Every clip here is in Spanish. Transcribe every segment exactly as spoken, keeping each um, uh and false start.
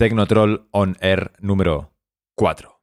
Tecnotroll On Air número cuatro.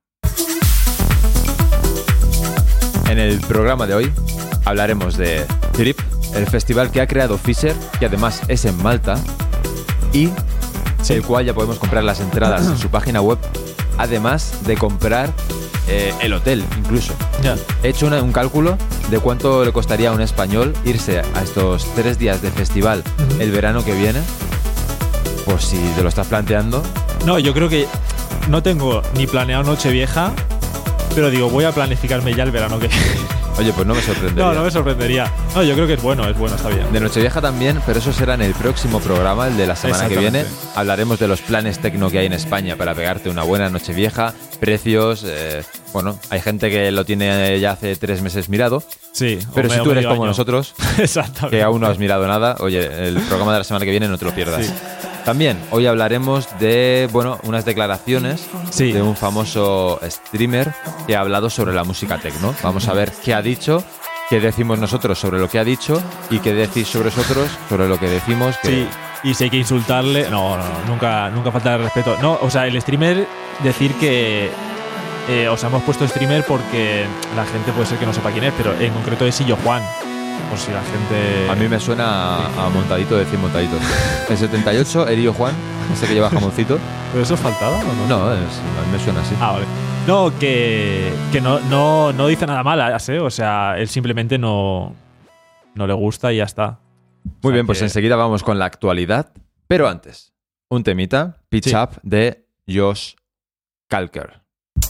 En el programa de hoy hablaremos de Trip, el festival que ha creado Fisher, que además es en Malta, y sí. el cual ya podemos comprar las entradas en su página web, además de comprar eh, el hotel incluso. Ya. He hecho una, un cálculo de cuánto le costaría a un español irse a estos tres días de festival uh-huh. el verano que viene. Pues si te lo estás planteando. No, yo creo que no tengo ni planeado Nochevieja, pero digo, voy a planificarme ya el verano que viene. Oye, pues no me sorprendería. No, no me sorprendería. No, yo creo que es bueno, es bueno, está bien. De Nochevieja también, pero eso será en el próximo programa, el de la semana que viene. Hablaremos de los planes tecno que hay en España para pegarte una buena Nochevieja, precios. Eh, bueno, hay gente que lo tiene ya hace tres meses mirado. Sí. Pero si tú eres como año. nosotros, exactamente, que aún no has mirado nada, oye, el programa de la semana que viene no te lo pierdas. Sí. También hoy hablaremos de, bueno, unas declaraciones sí. de un famoso streamer que ha hablado sobre la música techno. Vamos a ver qué ha dicho, qué decimos nosotros sobre lo que ha dicho y qué decís sobre nosotros sobre lo que decimos. Que... Sí, y si hay que insultarle, no, no, no, nunca, nunca falta de respeto. No, o sea, el streamer, decir que, eh, o sea, hemos puesto streamer porque la gente puede ser que no sepa quién es, pero en concreto es Illo Juan. Por si la gente... A mí me suena a, a montadito decir montadito. En setenta y ocho, Erillo Juan, ese que lleva jamoncito. ¿Pero eso es faltada o no? No, es, me suena así. Ah, vale. No, que, que no, no, no dice nada mal, ¿eh? O sea, él simplemente no, no le gusta y ya está. Muy o sea bien, que... pues enseguida vamos con la actualidad. Pero antes, un temita, Pitch sí. Up de Josh Kalker.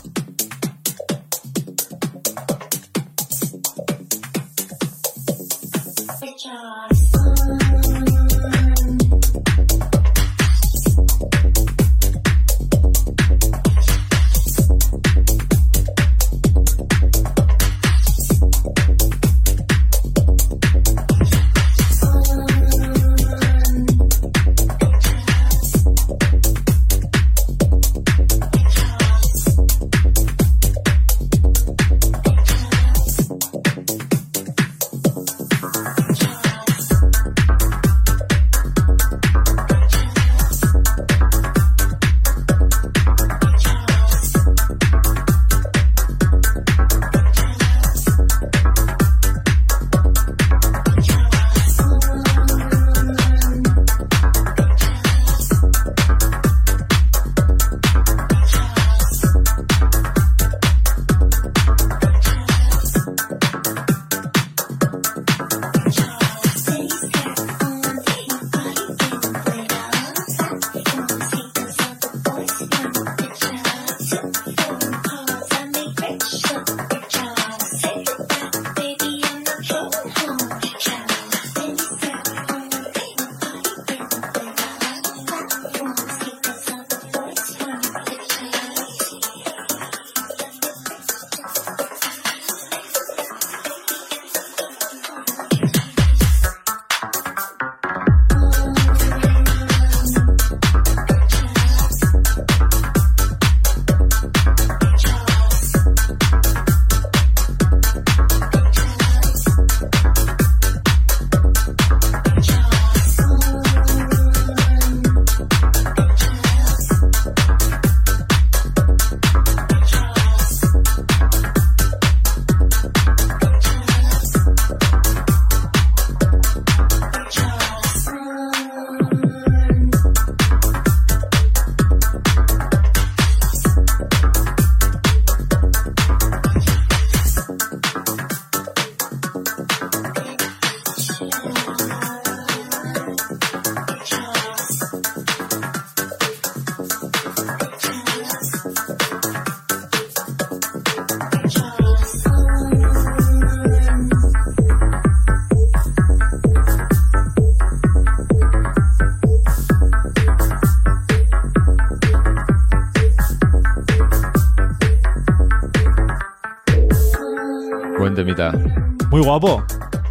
temita. Muy guapo.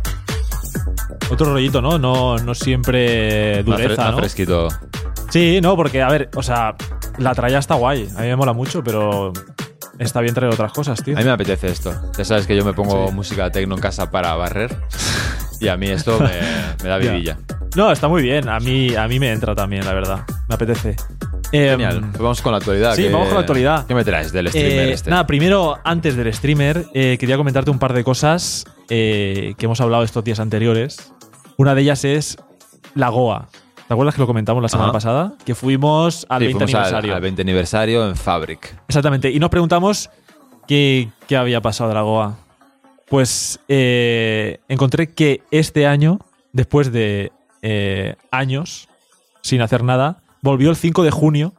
Otro rollito, ¿no? No, no siempre dureza, más fre- más ¿no? fresquito. Sí, no, porque, a ver, o sea, la tralla está guay. A mí me mola mucho, pero está bien traer otras cosas, tío. A mí me apetece esto. Ya sabes que yo me pongo Sí. música techno en casa para barrer. Y a mí esto me, me da vidilla. No, está muy bien. A mí, a mí me entra también, la verdad. Me apetece. Genial. Pues vamos con la actualidad. Sí, ¿Qué, vamos con la actualidad. ¿Qué me traes del streamer eh, este? Nada, primero, antes del streamer, eh, quería comentarte un par de cosas eh, que hemos hablado estos días anteriores. Una de ellas es la Goa. ¿Te acuerdas que lo comentamos la semana Ajá. pasada? Que fuimos al sí, veinte fuimos aniversario. Al, al veinte aniversario en Fabric. Exactamente. Y nos preguntamos qué, qué había pasado de la Goa. Pues eh, encontré que este año, después de eh, años sin hacer nada, volvió el cinco de junio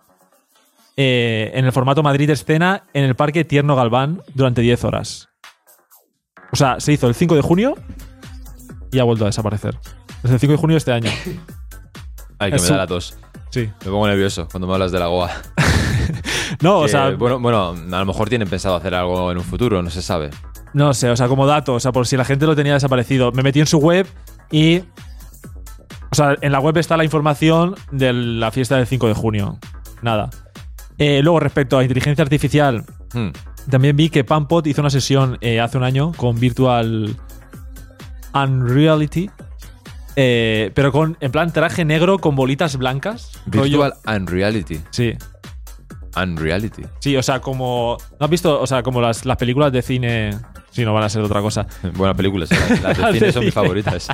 eh, en el formato Madrid Escena en el Parque Tierno Galván durante diez horas. O sea, se hizo el cinco de junio y ha vuelto a desaparecer. Desde el cinco de junio de este año. Ay, que es me da la tos. Sí. Me pongo nervioso cuando me hablas de la Goa. No, que, o sea... Bueno, bueno, a lo mejor tienen pensado hacer algo en un futuro, no se sabe. No sé, o sea, como dato, o sea, por si la gente lo tenía desaparecido. Me metí en su web y... O sea, en la web está la información de la fiesta del cinco de junio. Nada. Eh, luego, respecto a inteligencia artificial, hmm. también vi que Pampot hizo una sesión eh, hace un año con Virtual Unreality. Eh, pero con, en plan, traje negro con bolitas blancas. Virtual Unreality. Sí. Unreality. Sí, o sea, como... ¿No has visto? O sea, como las, las películas de cine... Sí, no van a ser otra cosa. Buenas películas. Las, las de cine de son mis favoritas.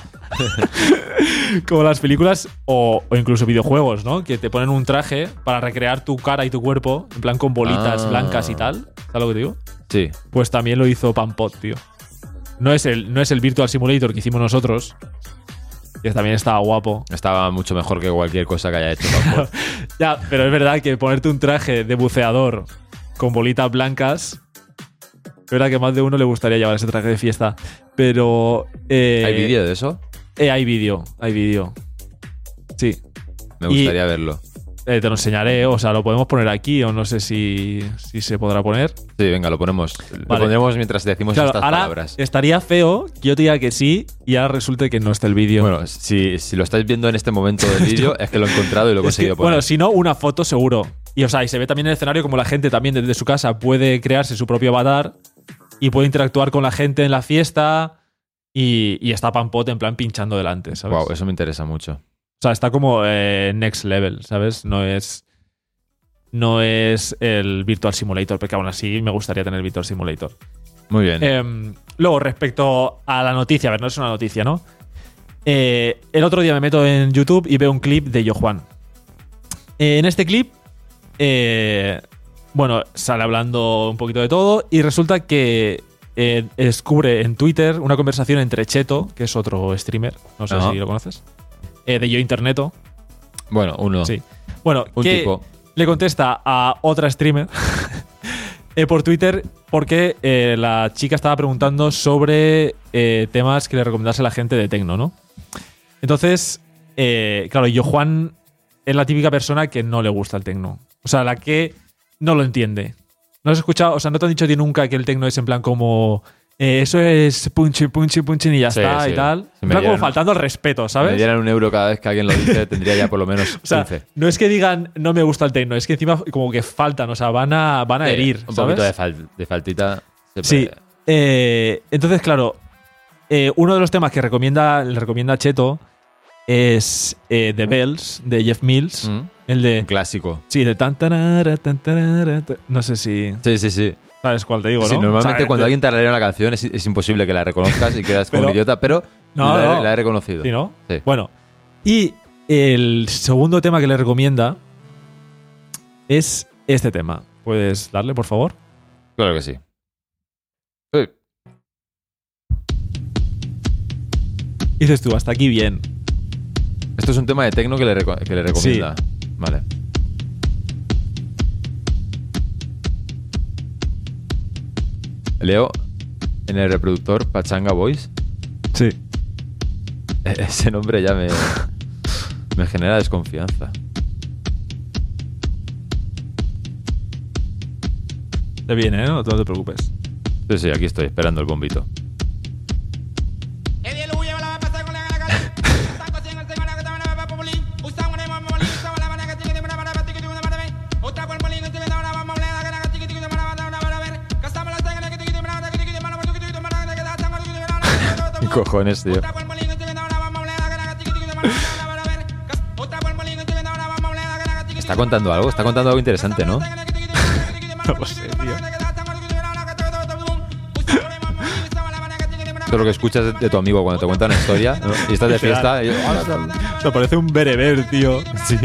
Como las películas o, o incluso videojuegos, ¿no? Que te ponen un traje para recrear tu cara y tu cuerpo, en plan con bolitas ah. blancas y tal. ¿Sabes lo que te digo? Sí. Pues también lo hizo Pampot, tío. No es el, no es el Virtual Simulator que hicimos nosotros, que también estaba guapo. Estaba mucho mejor que cualquier cosa que haya hecho Pampot. Ya, pero es verdad que ponerte un traje de buceador con bolitas blancas... Es verdad que a más de uno le gustaría llevar ese traje de fiesta. Pero... Eh, ¿Hay vídeo de eso? Eh, hay vídeo, hay vídeo. Sí. Me gustaría y, verlo. Eh, te lo enseñaré, o sea, lo podemos poner aquí o no sé si, si se podrá poner. Sí, venga, lo ponemos. Vale. Lo pondremos mientras decimos claro, estas ahora palabras. Estaría feo que yo te diga que sí y ahora resulte que no está el vídeo. Bueno, si, si lo estáis viendo en este momento del vídeo es que lo he encontrado y lo he conseguido que, poner. Bueno, si no, una foto seguro. Y o sea, y se ve también en el escenario como la gente también desde su casa puede crearse su propio avatar y puede interactuar con la gente en la fiesta y, y está Pampot en plan pinchando delante, ¿sabes? Wow, eso me interesa mucho. O sea, está como eh, next level, ¿sabes? No es no es el Virtual Simulator, porque aún así me gustaría tener Virtual Simulator. Muy bien. Eh, luego, respecto a la noticia, a ver, no es una noticia, ¿no? Eh, el otro día me meto en YouTube y veo un clip de Yojuan. Eh, en este clip... Eh, Bueno, sale hablando un poquito de todo y resulta que eh, descubre en Twitter una conversación entre Cheto, que es otro streamer, no sé Ajá. si lo conoces, eh, de Yo Interneto. Bueno, uno. Sí. Bueno, un que tipo. Le contesta a otra streamer eh, por Twitter porque eh, la chica estaba preguntando sobre eh, temas que le recomendase a la gente de Tecno, ¿no? Entonces, eh, claro, Yojuan es la típica persona que no le gusta el Tecno. O sea, la que... no lo entiende. No has escuchado, o sea, no te han dicho a ti nunca que el tecno es en plan como eh, eso es punchy, punchy, punchy y ya sí, está sí. y tal. En plan como faltando al respeto, ¿sabes? Si me dieran un euro cada vez que alguien lo dice, tendría ya por lo menos o sea, quince. No es que digan no me gusta el tecno, es que encima como que faltan, o sea, van a, van a sí, herir, un ¿sabes? poquito de, fal de faltita. Sí. Eh, entonces, claro, eh, uno de los temas que recomienda, le recomienda a Cheto es eh, The Bells, de Jeff Mills. Mm. El de... Un clásico. Sí, de tan, tan, tan, tan, no sé si... Sí, sí, sí. ¿Sabes cuál te digo, no? Sí, normalmente o sea, cuando de... alguien te tararea una canción es, es imposible que la reconozcas y quedas como pero, un idiota, pero no, la, no. la he reconocido. ¿Sí, no? Sí. Bueno, y el segundo tema que le recomienda es este tema. ¿Puedes darle, por favor? Claro que sí. sí. Dices tú, hasta aquí bien. Esto es un tema de tecno que le, reco que le recomienda. Sí. Vale. Leo en el reproductor Pachanga Boys. Sí. Ese nombre ya me, me genera desconfianza. Te viene, ¿eh? No te preocupes. Sí, sí, aquí estoy esperando el bombito. Cojones, tío. Está ¿Está contando algo? Está contando algo interesante, ¿no? No lo sé, tío. Esto es lo que escuchas de, de tu amigo cuando te cuenta una historia, ¿no? Y estás de fiesta y... O sea, parece un bereber, tío. Sí.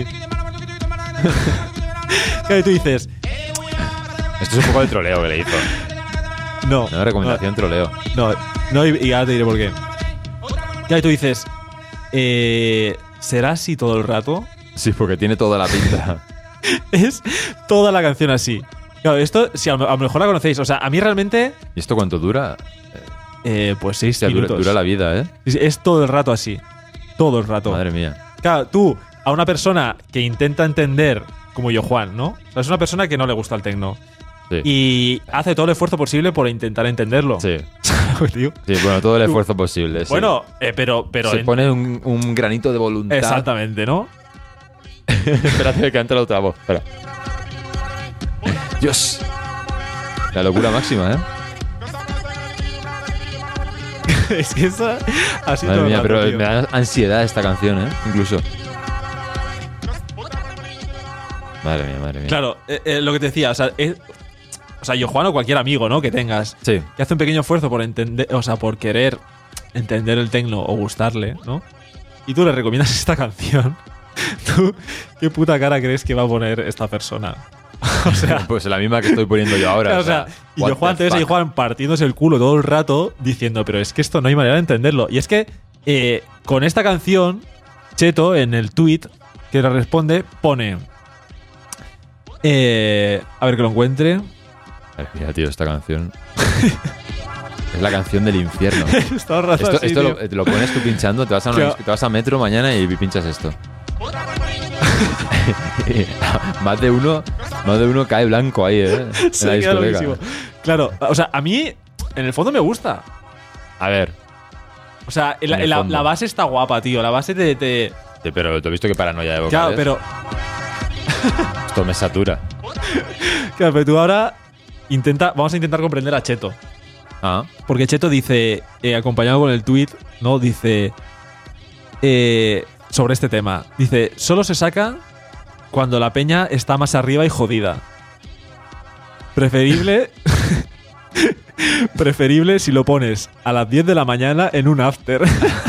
¿Qué tú dices? Esto es un poco de troleo que le hizo. No. Una recomendación no, troleo. No, no, y, y ahora te diré por qué. ¿Qué tú dices? Eh, ¿Será así todo el rato? Sí, porque tiene toda la pinta. Es toda la canción así. Claro, esto, si a lo, a lo mejor la conocéis. O sea, a mí realmente... ¿Y esto cuánto dura? Eh, pues seis o sea, minutos. Dura, dura la vida, ¿eh? Es todo el rato así. Todo el rato. Madre mía. Claro, tú, a una persona que intenta entender, como yo, Juan, ¿no? O sea, es una persona que no le gusta el tecno. Sí. Y hace todo el esfuerzo posible por intentar entenderlo. Sí. Tío. Sí, bueno, todo el esfuerzo posible. Sí. Bueno, eh, pero, pero. Se en... pone un, un granito de voluntad. Exactamente, ¿no? Espérate que cante la otra voz. Espera. Dios. La locura máxima, ¿eh? Es que esa ha sido. Madre mía, rato, pero tío. me da ansiedad esta canción, ¿eh? Incluso. Madre mía, madre mía. Claro, eh, eh, lo que te decía, o sea, es, o sea, yo, Juan, o cualquier amigo, ¿no? Que tengas. Sí. Que hace un pequeño esfuerzo por entender, o sea, por querer entender el tecno o gustarle, ¿no? Y tú le recomiendas esta canción. ¿Tú qué puta cara crees que va a poner esta persona? O sea, pues la misma que estoy poniendo yo ahora. o sea, y what yo, Juan, the te ves ahí, fuck. Juan, partiéndose el culo todo el rato diciendo, pero es que esto no hay manera de entenderlo. Y es que eh, con esta canción, Cheto, en el tweet que le responde, pone. Eh, a ver que lo encuentre. Madre mía, tío, esta canción. Es la canción del infierno. Está rato Esto, así, esto tío. lo, te lo pones tú pinchando, te vas, a una- Claro. te vas a Metro mañana y pinchas esto. más de uno más de uno cae blanco ahí, ¿eh? En Sí, la claro, discoteca. buenísimo. Claro, o sea, a mí, en el fondo me gusta. A ver, O sea, la, En el la- fondo. la base está guapa, tío. La base te. te- sí, pero tú has visto que paranoia de vocales. Claro, pero. Esto me satura. Claro, pero tú ahora intenta. Vamos a intentar comprender a Cheto. Ah, Porque Cheto dice, eh, acompañado con el tweet, ¿no? Dice. eh, sobre este tema. Dice: solo se saca cuando la peña está más arriba y jodida. Preferible. Preferible si lo pones a las diez de la mañana en un after.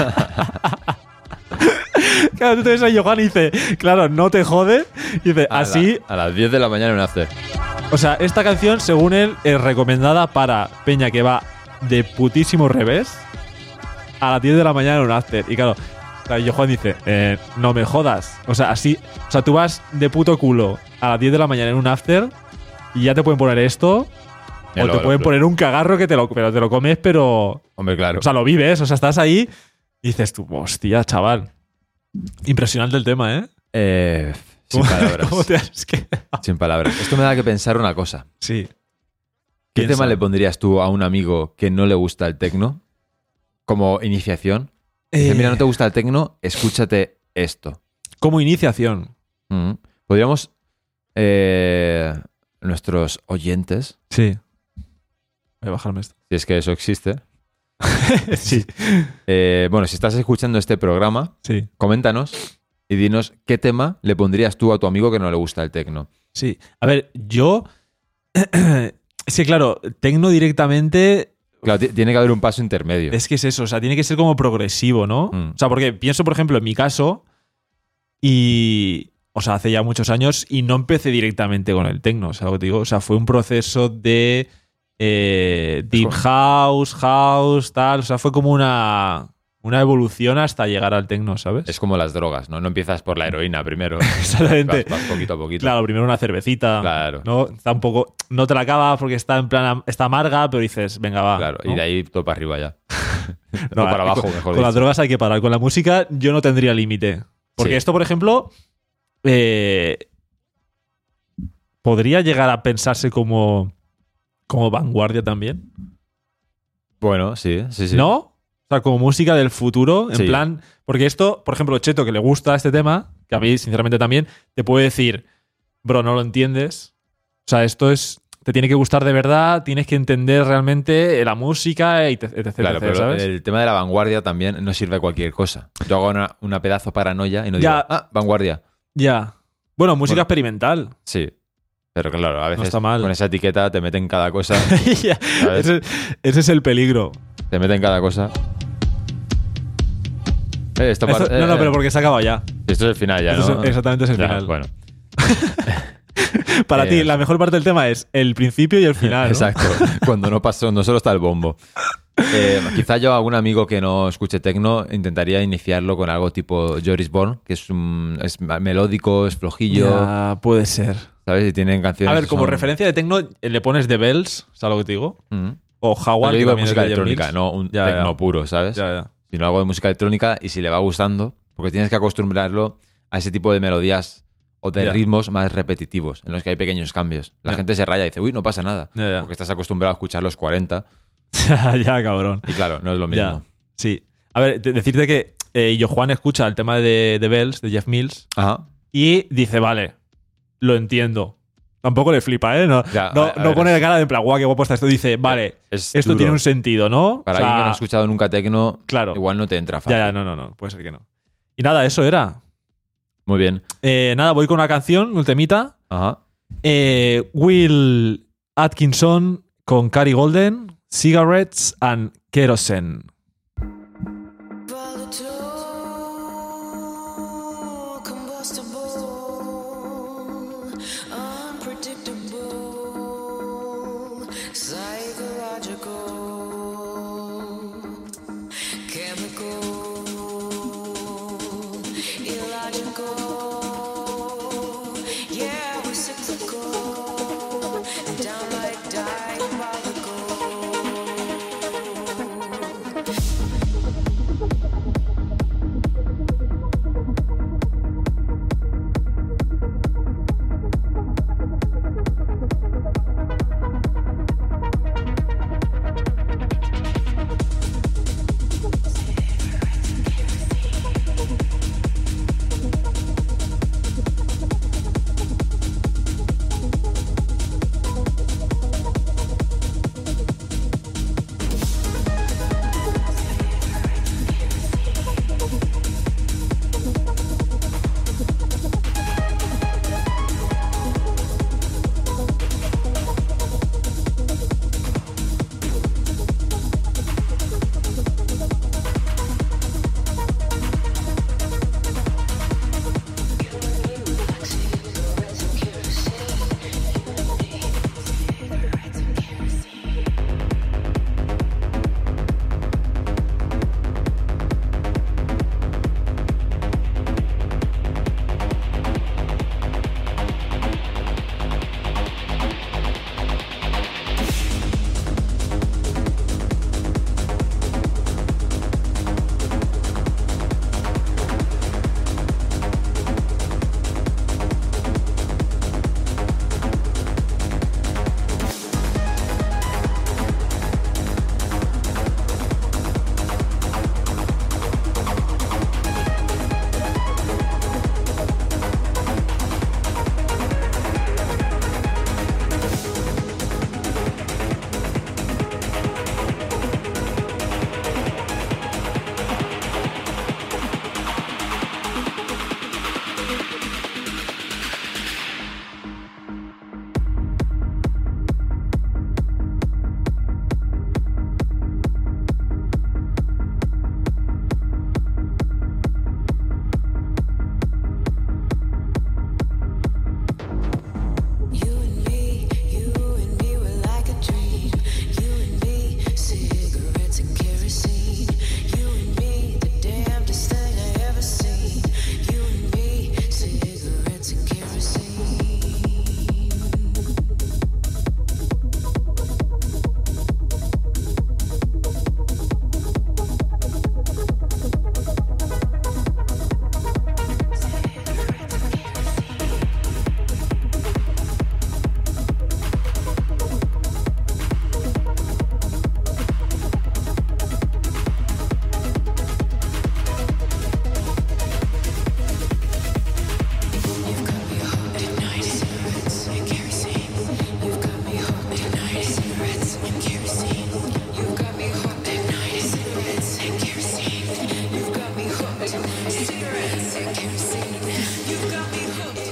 Claro, tú te ves a Johan y dice, claro, no te jode. Y dice, a la- así. a las diez de la mañana en un after. O sea, esta canción, según él, es recomendada para peña que va de putísimo revés a las diez de la mañana en un after. Y claro, claro, Johan dice, eh, no me jodas. O sea, así. O sea, tú vas de puto culo a las diez de la mañana en un after y ya te pueden poner esto. Ya O lo- te lo- pueden lo- poner un cagarro que te lo, pero te lo comes, pero. Hombre, claro. O sea, lo vives, o sea, estás ahí y dices tú, hostia, chaval. Impresionante el tema, ¿eh? Eh, sin ¿Cómo- palabras. ¿Cómo te has quedado? Sin palabras. Esto me da que pensar una cosa. Sí. ¿Qué Piensa. tema le pondrías tú a un amigo que no le gusta el tecno? Como iniciación. Dice, Eh, mira, no te gusta el tecno, escúchate esto. Como iniciación. Mm. Podríamos, eh, nuestros oyentes, Sí. Voy a bajarme esto. si es que eso existe, Sí. eh, bueno, si estás escuchando este programa, Sí. coméntanos y dinos qué tema le pondrías tú a tu amigo que no le gusta el tecno. Sí. A ver, yo. Es que, claro, tecno directamente. Claro, ti- tiene que haber un paso intermedio. Es que es eso, o sea, tiene que ser como progresivo, ¿no? Mm. O sea, porque pienso, por ejemplo, en mi caso, y. O sea, hace ya muchos años, y no empecé directamente con el tecno, o sea, lo que te digo, o sea, fue un proceso de. eh, deep como- house, house, tal, o sea, fue como una. Una evolución hasta llegar al tecno, ¿sabes? Es como las drogas, ¿no? No empiezas por la heroína primero. Exactamente. Vas, vas poquito a poquito. Claro, primero una cervecita. Claro. ¿no? Está un poco. No te la acabas porque está en plan. Está amarga, pero dices, venga, va. Claro, ¿no? y de ahí todo para arriba ya. No, o para abajo, con, mejor con las dicho. drogas hay que parar. Con la música yo no tendría límite. Porque Sí. esto, por ejemplo, eh, podría llegar a pensarse como, como vanguardia también. Bueno, sí, sí, sí. ¿No? O sea, como música del futuro. En Sí. plan. Porque esto, por ejemplo, Cheto, que le gusta este tema, que a mí, sinceramente, también, te puede decir, bro, no lo entiendes. O sea, esto es. Te tiene que gustar de verdad, tienes que entender realmente la música, y etc, etc, Claro, pero ¿sabes? el tema de la vanguardia también no sirve a cualquier cosa. Yo hago una, una pedazo paranoia y no Ya. digo, ah, vanguardia. Ya. Bueno, música Bueno, experimental. Sí. Pero claro, a veces No está mal. con esa etiqueta te meten cada cosa. Ya, ¿sabes? ese, ese es el peligro. Te meten cada cosa. Eh, esto Esto- par- eh, no, no, pero eh, porque se acaba ya. Esto es el final ya, Esto ¿no? es- exactamente es el Ya, final. Bueno. Para Eh, ti, la mejor parte del tema es el principio y el final, ¿no? Exacto. Cuando no pasó, no solo está el bombo. Eh, quizá yo a algún amigo que no escuche techno intentaría iniciarlo con algo tipo Joris Born, que es, un, es melódico, es flojillo, Ya, puede ser. ¿sabes? Y tienen canciones. A ver, que como son- referencia de techno, le pones The Bells, ¿sabes lo que te digo? Mm. O Howard, Yo que digo también es música de Jeff electrónica, Mills. no un Ya, ya. techno puro, ¿sabes? Ya, ya. Sino algo de música electrónica y si le va gustando, porque tienes que acostumbrarlo a ese tipo de melodías o de Ya. ritmos más repetitivos, en los que hay pequeños cambios. La Ya. gente se raya y dice, uy, no pasa nada, Ya, ya. porque estás acostumbrado a escuchar los cuarenta Ya, ya, cabrón. y claro, no es lo mismo. Ya, sí. A ver, de- decirte que eh, Yo Juan escucha el tema de The Bells, de Jeff Mills, Ajá. y dice, vale, lo entiendo. Tampoco le flipa, ¿eh? No, Ya, no, a- a no ver, pone es- de cara de en plan, guau, qué guapo está esto. Dice, vale, Es esto duro. tiene un sentido, ¿no? Para O sea, alguien que no ha escuchado nunca techno, claro. igual no te entra fácil. Ya, ya, no, no, no, puede ser que no. Y nada, eso era. Muy bien. Eh, nada, voy con una canción, un temita. Ajá. Eh, Will Atkinson con Cary Golden, Cigarettes and Kerosene. Volatile, combustible, unpredictable, psychological, chemical, illogical. Yeah, we're cyclical and downright diabolical.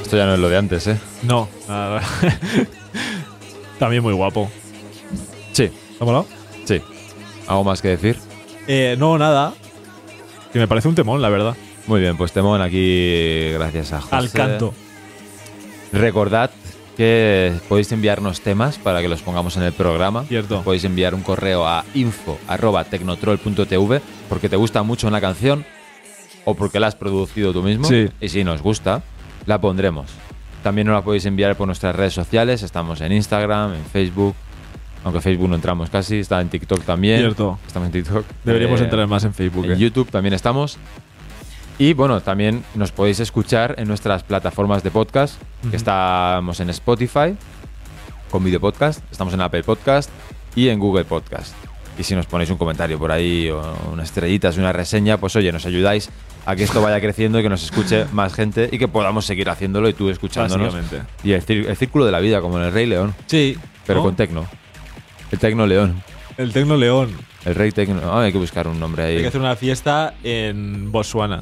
Esto ya no es lo de antes, ¿eh? No, nada. También muy guapo. Sí, ¿Te ha molado? sí. ¿Algo más que decir? Eh, no, nada. Que me parece un temón, la verdad. Muy bien, pues temón aquí gracias a José. Al canto. Recordad que podéis enviarnos temas para que los pongamos en el programa. Cierto. Podéis enviar un correo a info arroba tecnotroll punto tv porque te gusta mucho una canción o porque la has producido tú mismo. Sí. Y si nos gusta, la pondremos. También nos la podéis enviar por nuestras redes sociales. Estamos en Instagram, en Facebook. Aunque Facebook no entramos casi. Está en TikTok también. Cierto. Estamos en TikTok. Deberíamos Eh, entrar más en Facebook. En eh. YouTube también estamos. Y bueno, también nos podéis escuchar en nuestras plataformas de podcast. Ujú. Que estamos en Spotify con video podcast. Estamos en Apple Podcast y en Google Podcast. Y si nos ponéis un comentario por ahí o unas estrellitas, una reseña, pues oye, nos ayudáis a que esto vaya creciendo y que nos escuche más gente y que podamos seguir haciéndolo y tú escuchándonos. Básicamente. Y el, cir- el círculo de la vida, como en el Rey León, Sí. pero ¿no? con tecno. El Tecno León. El Tecno León. El Rey Tecno. Ah, hay que buscar un nombre ahí. Hay que hacer una fiesta en Botswana.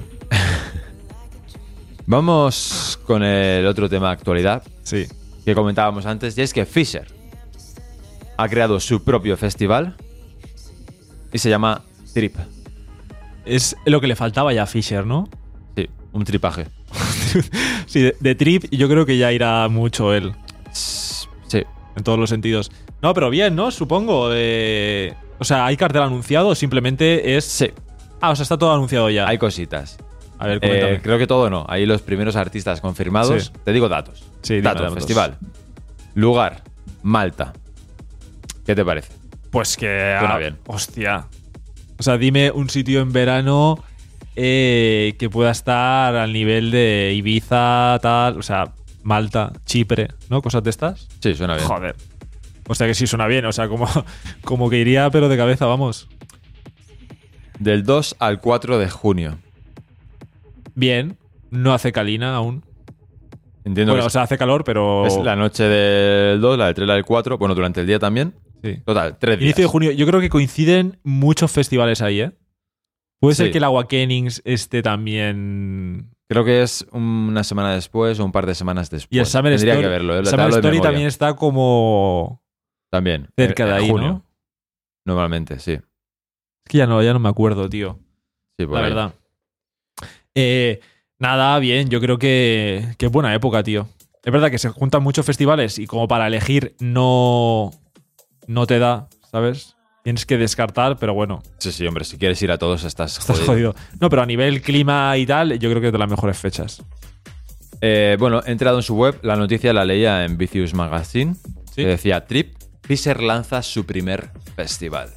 Vamos con el otro tema de actualidad Sí. que comentábamos antes, y es que Fisher ha creado su propio festival y se llama Trip. Es lo que le faltaba ya a Fisher, ¿no? Sí, un tripaje. Sí, de, de Trip yo creo que ya irá mucho él. Sí, En todos los sentidos. No, pero bien, ¿no? Supongo. eh, O sea, ¿hay cartel anunciado o simplemente es...? sí, Ah, o sea, está todo anunciado ya. hay cositas. A ver, coméntame. Eh, creo que todo no. Ahí los primeros artistas confirmados. Sí. Te digo datos. Sí, dime datos, datos. festival. Lugar, Malta. ¿Qué te parece? Pues que... Suena ah, bien. Hostia. O sea, dime un sitio en verano eh, que pueda estar al nivel de Ibiza, tal... O sea, Malta, Chipre, ¿no? Cosas de estas. Sí, suena bien. Joder. O sea que sí suena bien. O sea, como, como que iría, pero de cabeza, vamos. Del dos al cuatro de junio. Bien. No hace calina aún. Entiendo Bueno, que o sea, hace calor, pero... es la noche del dos, la del tres, la del cuatro. Bueno, durante el día también. Sí. Total, tres días. Inicio de junio. Yo creo que coinciden muchos festivales ahí, ¿eh? Puede ser Sí. que el Agua Kennings esté también... Creo que es una semana después o un par de semanas después. Y el Summer Tendría Story, que verlo. ¿eh? Te Summer hablo de Story memoria. también está como También. cerca en- de en ahí, junio, ¿no? Normalmente, sí. Es que ya no, ya no me acuerdo, tío. Sí, por La ahí. verdad. Eh, nada, bien. Yo creo que, que es buena época, tío. Es verdad que se juntan muchos festivales y como para elegir no, no te da, ¿sabes? Tienes que descartar, pero bueno, Sí, sí, hombre. Si quieres ir a todos, estás, estás jodido. jodido. No, pero a nivel clima y tal, yo creo que es de las mejores fechas. Eh, bueno, he entrado en su web. La noticia la leía en Vicious Magazine. Sí. Que decía Trip. Fisher lanza su primer festival.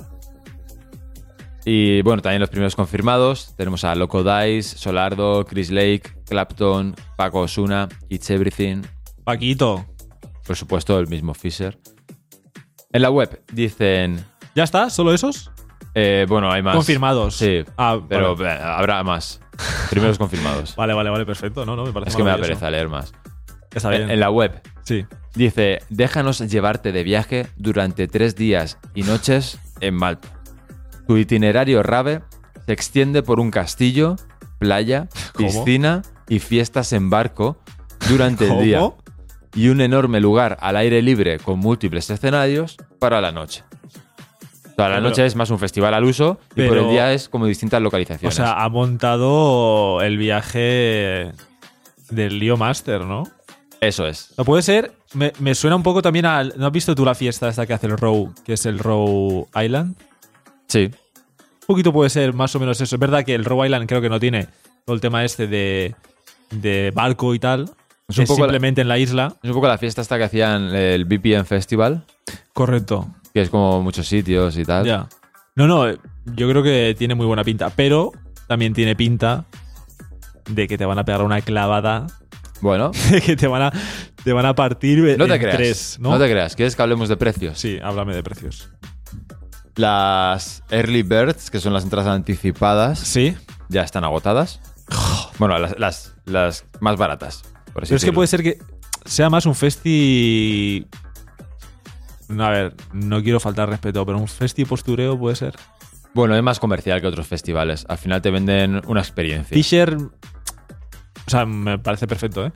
Y bueno, también los primeros confirmados. Tenemos a Loco Dice, Solardo, Chris Lake, Clapton, Paco Osuna, It's Everything. Paquito. Por supuesto, el mismo Fisher. En la web dicen... ¿Ya está? ¿Solo esos? eh, bueno, hay más. Confirmados. Sí, Ah, pero vale. eh, habrá más. Primeros confirmados. Vale, vale, vale, perfecto. No, no, me parece Es que me da maravilloso. pereza leer más. Está bien. En, en la web Sí. dice, déjanos llevarte de viaje durante tres días y noches en Malta. Tu itinerario rave se extiende por un castillo, playa, ¿Cómo? piscina y fiestas en barco durante el ¿Cómo? día. Y un enorme lugar al aire libre con múltiples escenarios para la noche. O sea, la Pero- noche es más un festival al uso y por Pero- el día es como distintas O localizaciones. sea, ha montado el viaje del Leo Master, ¿no? Eso es. No puede ser. Me, me suena un poco también al. ¿No has visto tú la fiesta esta que hace el Row, que es el Row Island? Sí. Un poquito puede ser más o menos eso. Es verdad que el Row Island creo que no tiene todo el tema este de, de barco y tal. Es Es, un poco la- simplemente en la isla. Es un poco la fiesta esta que hacían el V P N Festival, Correcto. que es como muchos sitios y tal. Ya. No, no, yo creo que tiene muy buena pinta. Pero también tiene pinta de que te van a pegar una clavada. Bueno, De que te van a, te van a partir no te en creas. tres, ¿no? ¿no? te creas. ¿Quieres que hablemos de precios? Sí, háblame de precios. Las Early Birds, que son las entradas anticipadas, Sí. ya están agotadas. Bueno, las, las, las más baratas. Por así Pero es que decirlo. puede ser que sea más un festi. No, a ver, no quiero faltar respeto, pero un festi postureo puede ser. Bueno, es más comercial que otros festivales. Al final te venden una experiencia. Fisher. O sea, me parece perfecto, ¿eh?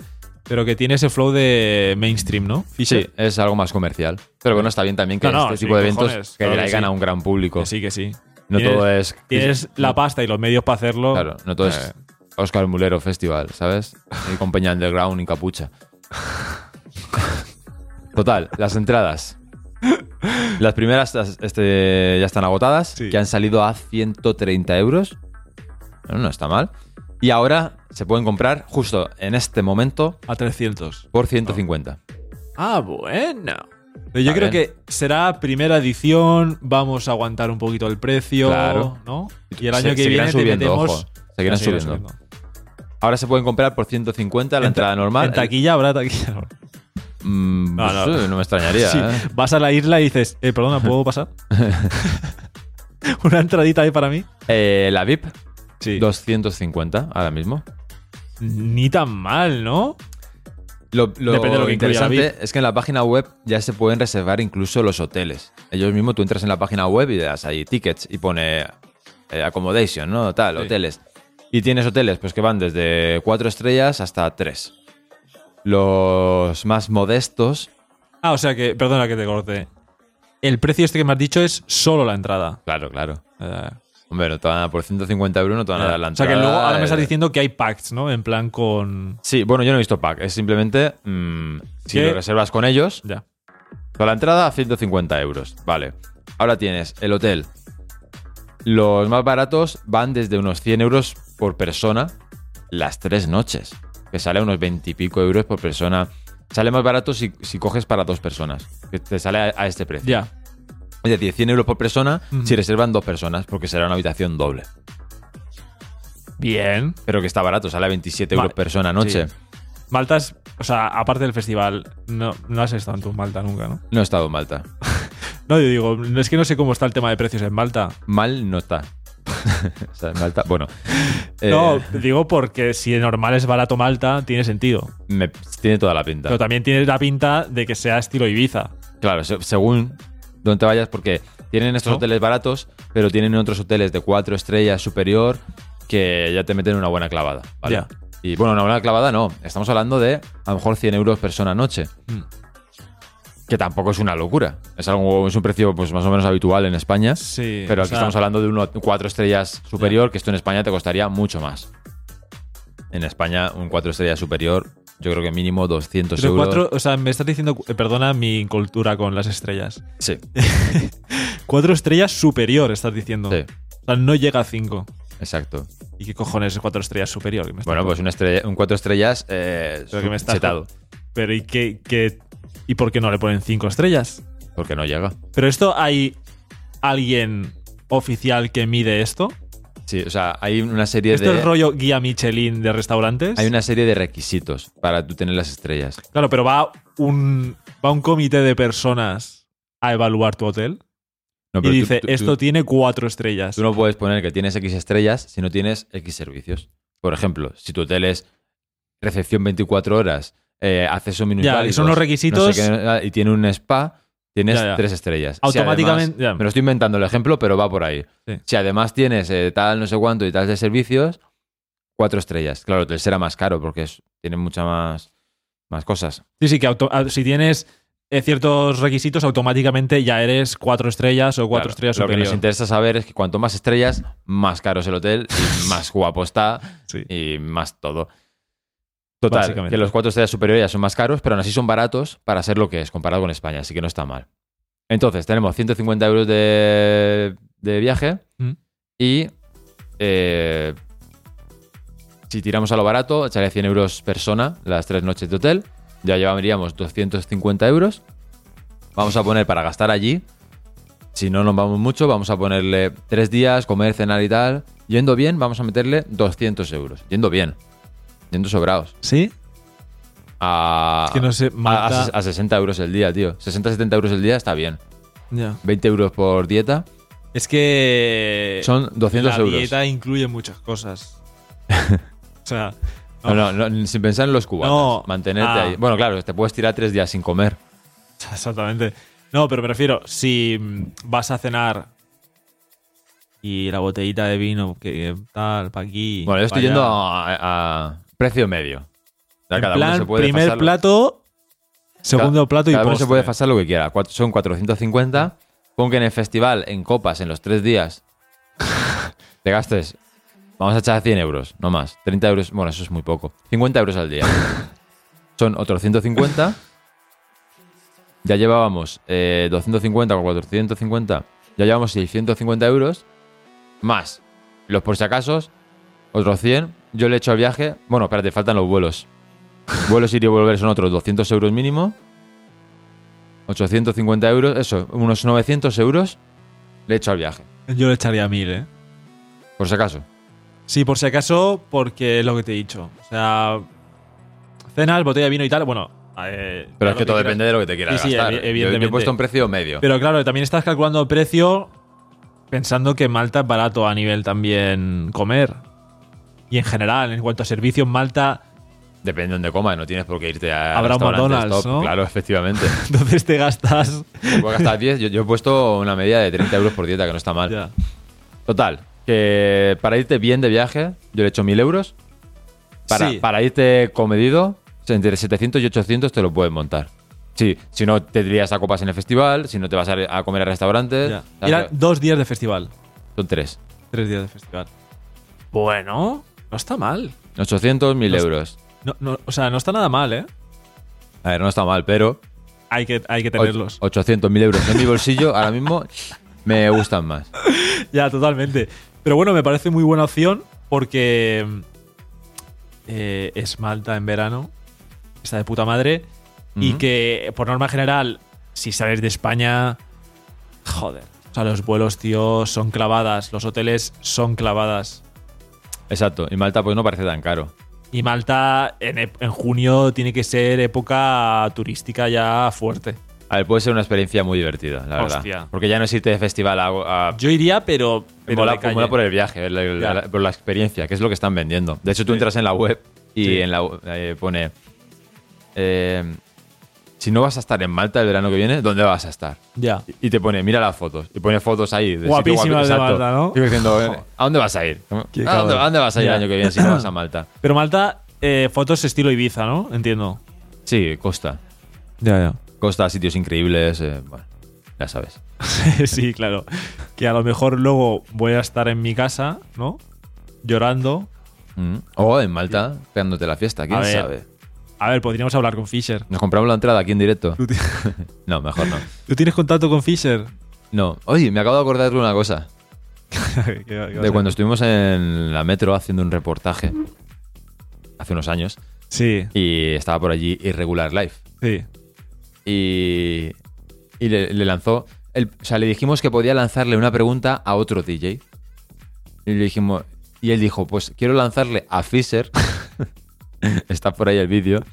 Pero que tiene ese flow de mainstream, ¿no? Fisher. Sí, es algo más comercial. Pero bueno, está bien también que No, no, este sí, tipo de eventos cojones, que claro que traigan sí. a un gran público. Que sí, que sí. No Tienes- todo es... Tienes la pasta y los medios para hacerlo. Claro, no todo es Eh, Oscar Mulero Festival, ¿sabes? Y compañía underground y capucha. Total, las entradas. Las primeras este, ya están agotadas, Sí. que han salido a ciento treinta euros. Bueno, no está mal. Y ahora se pueden comprar justo en este momento a trescientos. por ciento cincuenta. Ah, bueno. Pero yo Está creo bien. que será primera edición, vamos a aguantar un poquito el precio, Claro. ¿no? Y el Se- año que seguirán viene subiendo, te metemos... ojo. Seguirán Ya, seguirá subiendo. Ahora se pueden comprar por ciento cincuenta la En ta- entrada normal. En taquilla habrá taquilla. Mm, No, no. pues, eh, no me extrañaría. Sí, ¿eh? vas a la isla y dices, eh, perdona, ¿puedo pasar? Una entradita ahí para mí. Eh, la V I P, Sí. doscientos cincuenta ahora mismo. Ni tan mal, ¿no? Lo, lo Depende de lo que incluya la V I interesante es que en la página web ya se pueden reservar incluso los hoteles. Ellos mismos, tú entras en la página web y le das ahí tickets y pone eh, accommodation, ¿no? Tal, Sí. hoteles. Y tienes hoteles pues que van desde cuatro estrellas hasta tres. Los más modestos, Ah, o sea que, perdona que te corte. El precio este que me has dicho es solo la entrada. claro, claro. Eh, Hombre, no te van a, por ciento cincuenta euros no te van a dar la o sea entrada. que luego ahora me estás eh, diciendo que hay packs, ¿no? En plan con... Sí, bueno, yo no he visto pack. Es simplemente, mm, si ¿Qué? lo reservas con ellos, Ya. toda la entrada a ciento cincuenta euros. Vale. Ahora tienes el hotel. Los más baratos van desde unos cien euros por persona las tres noches. Que sale a unos veinte y pico euros por persona. Sale más barato si, si coges para dos personas. Que te sale a, a este precio. Ya. Es decir, cien euros por persona Ujú. si reservan dos personas, porque será una habitación doble. Bien. Pero que está barato, sale a veintisiete euros Vale. persona noche. Sí. Malta es... O sea, aparte del festival, no, no has estado en tu Malta nunca, ¿no? No he estado en Malta. No, yo digo, es que no sé cómo está el tema de precios en Malta. Mal no está. O sea, en Malta, bueno. eh, No, digo porque si de normal es barato Malta, tiene sentido. me- tiene toda la pinta. Pero también tiene la pinta de que sea estilo Ibiza. Claro, se- según donde te vayas, porque tienen estos ¿No? hoteles baratos, pero tienen otros hoteles de cuatro estrellas superior que ya te meten una buena clavada. ¿vale? Ya. Y bueno, una buena clavada no. Estamos hablando de a lo mejor cien euros persona noche. Mm. Que tampoco es una locura. Es algo, es un precio pues más o menos habitual en España. Sí. Pero o aquí sea, estamos hablando de uno cuatro estrellas superior, que esto en España te costaría mucho más. En España, un cuatro estrellas superior, yo creo que mínimo doscientos pero euros. cuatro, o sea, me estás diciendo, eh, perdona mi cultura con las estrellas. Sí, Cuatro estrellas superior, estás diciendo. sí, O sea, no llega a cinco. exacto. ¿Y qué cojones es cuatro estrellas superior? Que me estás Bueno, pues una estrella, un cuatro estrellas eh, Pero que me estás- chetado, Pero ¿y qué, qué- ¿y por qué no le ponen cinco estrellas? porque no llega. Pero esto hay alguien oficial que mide esto. Sí, o sea, hay una serie ¿Esto de es rollo guía Michelin de restaurantes? hay una serie de requisitos para tú tener las estrellas. Claro, pero va un, va un comité de personas a evaluar tu hotel No, y pero tú- dice, tú- esto tú- tiene cuatro estrellas. Tú no puedes poner que tienes X estrellas si no tienes X servicios. Por ejemplo, si tu hotel es recepción veinticuatro horas, eh, acceso minusválido, y son los requisitos- y tiene un spa, tienes Ya, ya. tres estrellas. Si Automáticamente- además- ya. me lo estoy inventando el ejemplo, pero va por ahí. Sí. Si además tienes eh, tal, no sé cuánto y tal de servicios, cuatro estrellas. Claro, el hotel será más caro porque es- tiene muchas más, más cosas. Sí, sí, que auto- a- si tienes eh, ciertos requisitos, automáticamente ya eres cuatro estrellas o cuatro Claro, estrellas Lo que superior. nos interesa saber es que cuanto más estrellas, más caro es el hotel y más guapo está Sí. y más todo. Total, Básicamente. que los cuatro estrellas superiores ya son más caros, pero aún así son baratos para ser lo que es, comparado con España, así que no está mal. Entonces, tenemos ciento cincuenta euros de, de viaje Mm. y eh, si tiramos a lo barato, echaría cien euros persona las tres noches de hotel, ya llevaríamos doscientos cincuenta euros. Vamos a poner para gastar allí, si no nos vamos mucho, vamos a ponerle tres días, comer, cenar y tal. Yendo bien, vamos a meterle doscientos euros. Yendo bien. Yendo sobrados. ¿Sí? A, Es que no sé, a, Malta- a- a sesenta euros el día, tío. sesenta a setenta euros el día está bien. Ya. veinte euros por dieta. Es que Son doscientos la euros. dieta incluye muchas cosas. O sea, No, no, no, sin pensar en los cubatas. No. Mantenerte Ah. ahí. Bueno, claro, te puedes tirar tres días sin comer. exactamente. No, pero me refiero, si mm, vas a cenar y la botellita de vino, que tal, pa' aquí. Bueno, yo pa' estoy allá. yendo a, a precio medio. sea, En cada uno plan, se puede primer pasar- plato, segundo Cada- plato y Cada uno postre. se puede pasar lo que quiera. Cuatro- son cuatrocientos cincuenta. Pon que en el festival, en copas, en los tres días, te gastes, vamos a echar cien euros, no más. treinta euros, bueno, eso es muy poco. cincuenta euros al día. Son otros ciento cincuenta. Ya llevábamos eh, doscientos cincuenta con cuatrocientos cincuenta. Ya llevamos seiscientos cincuenta euros. Más los por si acaso, otros cien. Yo le echo al viaje. Bueno, espérate, faltan los vuelos. Vuelos ir y volver son otros doscientos euros mínimo. ochocientos cincuenta euros. Eso, unos novecientos euros le echo al viaje. Yo le echaría mil, ¿eh? Por si acaso. Sí, por si acaso, porque es lo que te he dicho. O sea, cenas, botella de vino y tal, bueno. eh, Pero ya es que lo todo quieras. depende de lo que te quieras Sí, sí, gastar. evi- Yo- Yo, evidentemente. he puesto un precio medio. Pero claro, también estás calculando precio pensando que Malta es barato a nivel también comer. Y en general, en cuanto a servicios, Malta, Depende de donde comas, no tienes por qué irte a Habrá un restaurantes McDonald's, top. ¿no? Claro, efectivamente. entonces te gastas. Puedes gastar diez. Yo, yo he puesto una media de treinta euros por dieta, que no está mal. Ya. Total, que para irte bien de viaje, yo le echo mil euros. Para, Sí. para irte comedido, entre setecientos y ochocientos te lo puedes montar. Sí, si no te irías a copas en el festival, si no te vas a, a comer a restaurantes. Ya. o sea, Eran que dos días de festival. son tres. Tres días de festival. Bueno, no está mal. ochocientos, mil No- euros. No, no, o sea, no está nada mal, ¿eh? A ver, no está mal, pero Hay que, hay que och- tenerlos. ochocientos, mil euros en mi bolsillo ahora mismo me gustan más. Ya, totalmente. Pero bueno, me parece muy buena opción porque eh, es Malta en verano, está de puta madre, y Ujú. que por norma general, si sales de España, joder, o sea, los vuelos, tío, son clavadas, los hoteles son clavadas. Exacto, y Malta pues no parece tan caro. Y Malta en, ep- en junio tiene que ser época turística ya fuerte. A ver, puede ser una experiencia muy divertida, la Hostia. verdad. Porque ya no es irte de festival a... a Yo iría, pero, pero mola, de calle. mola por el viaje, la- la- Ya. la- por la experiencia, que es lo que están vendiendo. De hecho, tú Sí. entras en la web y Sí. en la eh, pone... eh, si no vas a estar en Malta el verano que viene, ¿dónde vas a estar? Ya. Y te pone, mira las fotos. Y pone fotos ahí. De Guapísimas sitio de guapi- exacto. Malta, ¿no? Y yo diciendo, eh, ¿a dónde vas a ir? ¿A Qué dónde, cabrón. a dónde vas a ir Ya. el año que viene si no vas a Malta? Pero Malta, eh, fotos estilo Ibiza, ¿no? Entiendo. Sí, Costa. Ya, ya. Costa, sitios increíbles. eh, bueno, ya sabes. Sí, claro. Que a lo mejor luego voy a estar en mi casa, ¿no? Llorando. Mm. O en Malta, pegándote la fiesta. ¿Quién A ver. sabe? A ver, podríamos hablar con Fisher. Nos compramos la entrada aquí en directo. ¿Tú, ti- No, mejor no. ¿Tú tienes contacto con Fisher? No. Oye, me acabo de acordar de una cosa. ¿Qué- qué vas a De cuando decir? estuvimos en la metro haciendo un reportaje. Hace unos años. Sí, Y estaba por allí Irregular Live. sí. Y, y le, le lanzó. El, o sea, le dijimos que podía lanzarle una pregunta a otro D J. Y le dijimos. Y él dijo: Pues quiero lanzarle a Fisher. Está por ahí el vídeo.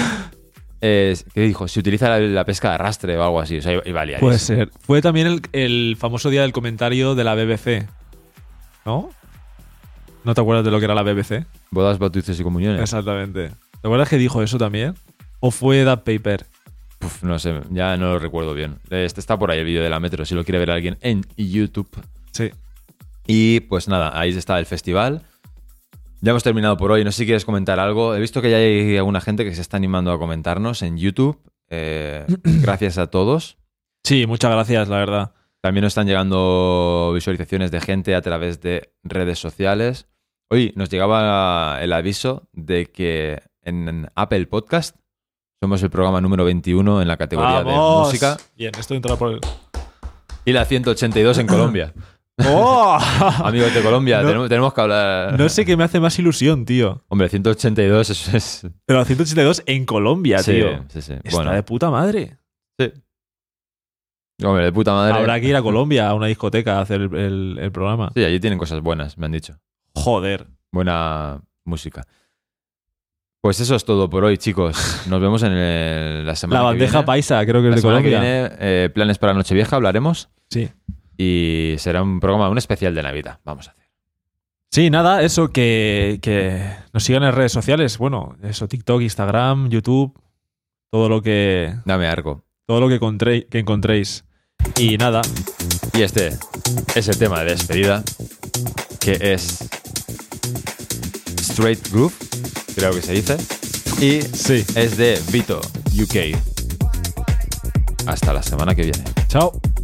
Eh, que dijo: Si utiliza la, la pesca de arrastre o algo así. O sea, iba a liar. Puede ser. Fue también el, el famoso día del comentario de la B B C. ¿No? ¿No te acuerdas de lo que era la B B C? Bodas, bautizos y comuniones. Exactamente. ¿Te acuerdas que dijo eso también? ¿O fue That Paper? Puf, no sé, ya no lo recuerdo bien. Este está por ahí el vídeo de la metro, si lo quiere ver alguien en YouTube. Sí. Y pues nada, ahí está el festival. Ya hemos terminado por hoy. No sé si quieres comentar algo. He visto que ya hay alguna gente que se está animando a comentarnos en YouTube. Eh, gracias a todos. Sí, muchas gracias, la verdad. También nos están llegando visualizaciones de gente a través de redes sociales. Hoy nos llegaba el aviso de que en Apple Podcast somos el programa número veintiuno en la categoría de ¡Vamos! música Bien, esto entra por el... y la ciento ochenta y dos en Colombia. ¡Oh! Amigos de Colombia, No- tenemos, tenemos que hablar. No sé qué me hace más ilusión, tío. Hombre, ciento ochenta y dos eso es. Pero la ciento ochenta y dos en Colombia, Sí, tío. sí, sí. Está Bueno, de puta madre. sí. Hombre, de puta madre. Habrá que ir a Colombia, a una discoteca, a hacer el, el- el programa. Sí, allí tienen cosas buenas, me han dicho. Joder. Buena música. Pues eso es todo por hoy, chicos. Nos vemos en el- la semana La que bandeja viene. paisa, creo que es La de semana que Colombia. viene, eh, planes para Nochevieja, hablaremos. Sí. Y será un programa, un especial de Navidad. Vamos a hacer. Sí, nada, eso, que, que nos sigan en redes sociales. Bueno, eso, TikTok, Instagram, YouTube, todo lo que, Dame arco. todo lo que, encontré- que encontréis. Y nada, Y este es el tema de despedida, que es Straight Groove, creo que se dice. Y Sí. es de Vito, U K. Hasta la semana que viene. Chao.